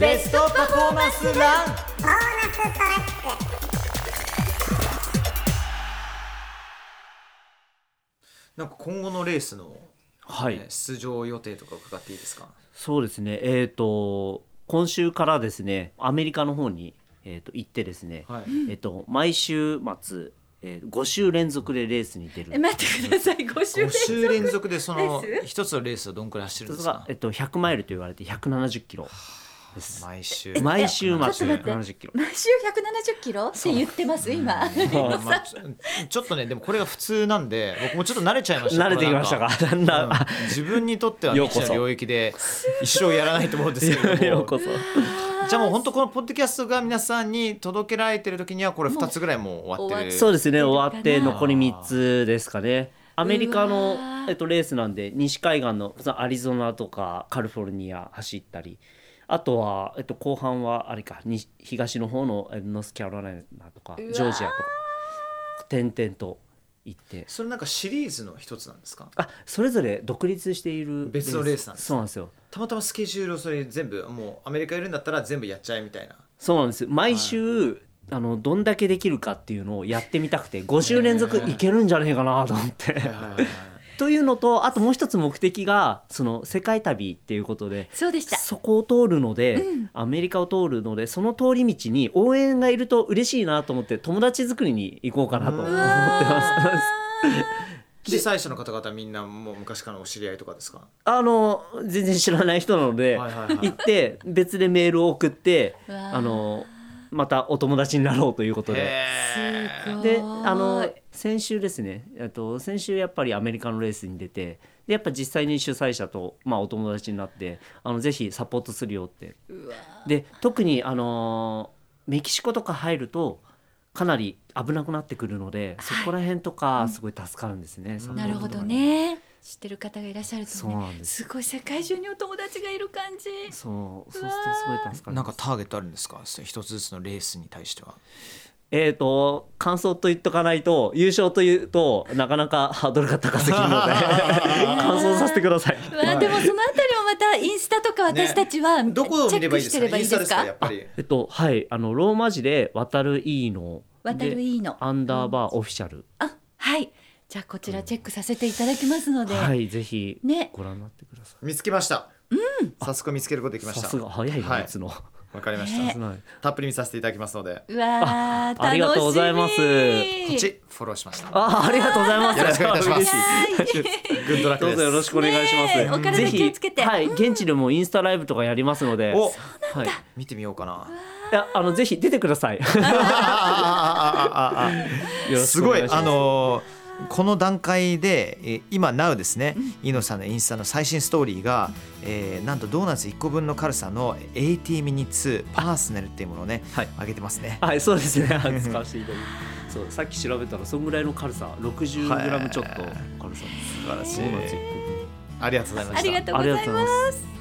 ベストパフォーマンスランボーナストラック。 なんか今後のレースの、 はい出場予定とか伺っていいですか？ そうですね、今週からですねアメリカの方に、行ってですね、 はい毎週末、5週連続でレースに出る。 待ってください、5週連 5 続週連続でそのレース一つのレースをどんくらい走るんそれですか？ が、100マイルと言われて170キロです毎週毎週末ちょっと待って 170キロ毎週170キロって言ってます今。 まあちょっとねでもこれが普通なんで僕もちょっと慣れちゃいました慣れてきましたか。だんだん、 自分にとってはようこそ未知の領域で一生やらないと思うんですけれどもようこそ。 じゃあもう本当このポッドキャストが皆さんに届けられてる時にはこれ2つぐらいもう終わってる。 そうですね、 出てるかな終わって残り3つですかね。アメリカのうわーレースなんで西海岸のアリゾナとかカリフォルニア走ったり、あとは、後半はあれか東の方のノースキャロライナとかジョージアとか点々と行って、 それなんかシリーズの一つなんですか？ それぞれ独立している別のレースなんですか？ そうなんですよ。 たまたまスケジュールをそれ全部もうアメリカいるんだったら全部やっちゃえみたいな。 そうなんですよ。毎週、どんだけできるかっていうのをやってみたくて5週連続いけるんじゃねえかなと思ってはいはいはいというのと、あともう一つ目的がその世界旅っていうことで、 そうでした。 そこを通るので、アメリカを通るのでその通り道に応援がいると嬉しいなと思って友達作りに行こうかなと思ってます主催者の方々みんなもう昔からのお知り合いとかですか？ 全然知らない人なので、 はいはいはい行って別でメールを送ってうわーまたお友達になろうということで。 すごい。 で先週ですね、先週やっぱりアメリカのレースに出て、でやっぱ実際に主催者と、お友達になってぜひサポートするよって。で特にメキシコとか入るとかなり危なくなってくるので、そこら辺とかすごい助かるんですね、サポートとかなるほどね。知ってる方がいらっしゃるとそうね、 なんですすごい世界中にお友達がいる感じ。 そうするとすごい助かるなんかターゲットあるんですか？一つずつのレースに対しては。 感想と言っとかないと、優勝というとなかなかハードルが高すぎるので感想させてください。 うわでもそのあたりをまたインスタとか私たちは、 どこを見ればいいですか？ チェックしてればいいですインスタか？ やっぱり。 はい、ローマ字で渡るいいの渡るいいのアンダーバーオフィシャル、 はい。じゃあこちらチェックさせていただきますので、 はいぜひねご覧になってください。 見つけました。早速見つけることできました。 さすが早いな、いつの。 わかりましねた。たっぷり見させていただきますので、 うわーありがとうございますこっちフォローしました。 ありがとうございます。 よろしくお願いします嬉しいグッドラックです。 どうぞよろしくお願いします。 ねえお体ぜひ気をつけてはい、現地でもインスタライブとかやりますので、 お、 はい、 見てみようかな。 いやぜひ出てください。よろしすごいくお願いしますこの段階で今 Now ですね、イノさんのインスタの最新ストーリーが、なんとドーナツ1個分の軽さの80ミニッツパーソナルっていうものをね、 はい上げてますね。 はい、そうですね。使わせていただきます。そう、さっき調べたらそんぐらいの軽さ、60グラムちょっと軽さです。 素晴らしいドーナツ1個分ありがとうございました。 ありがとうございます。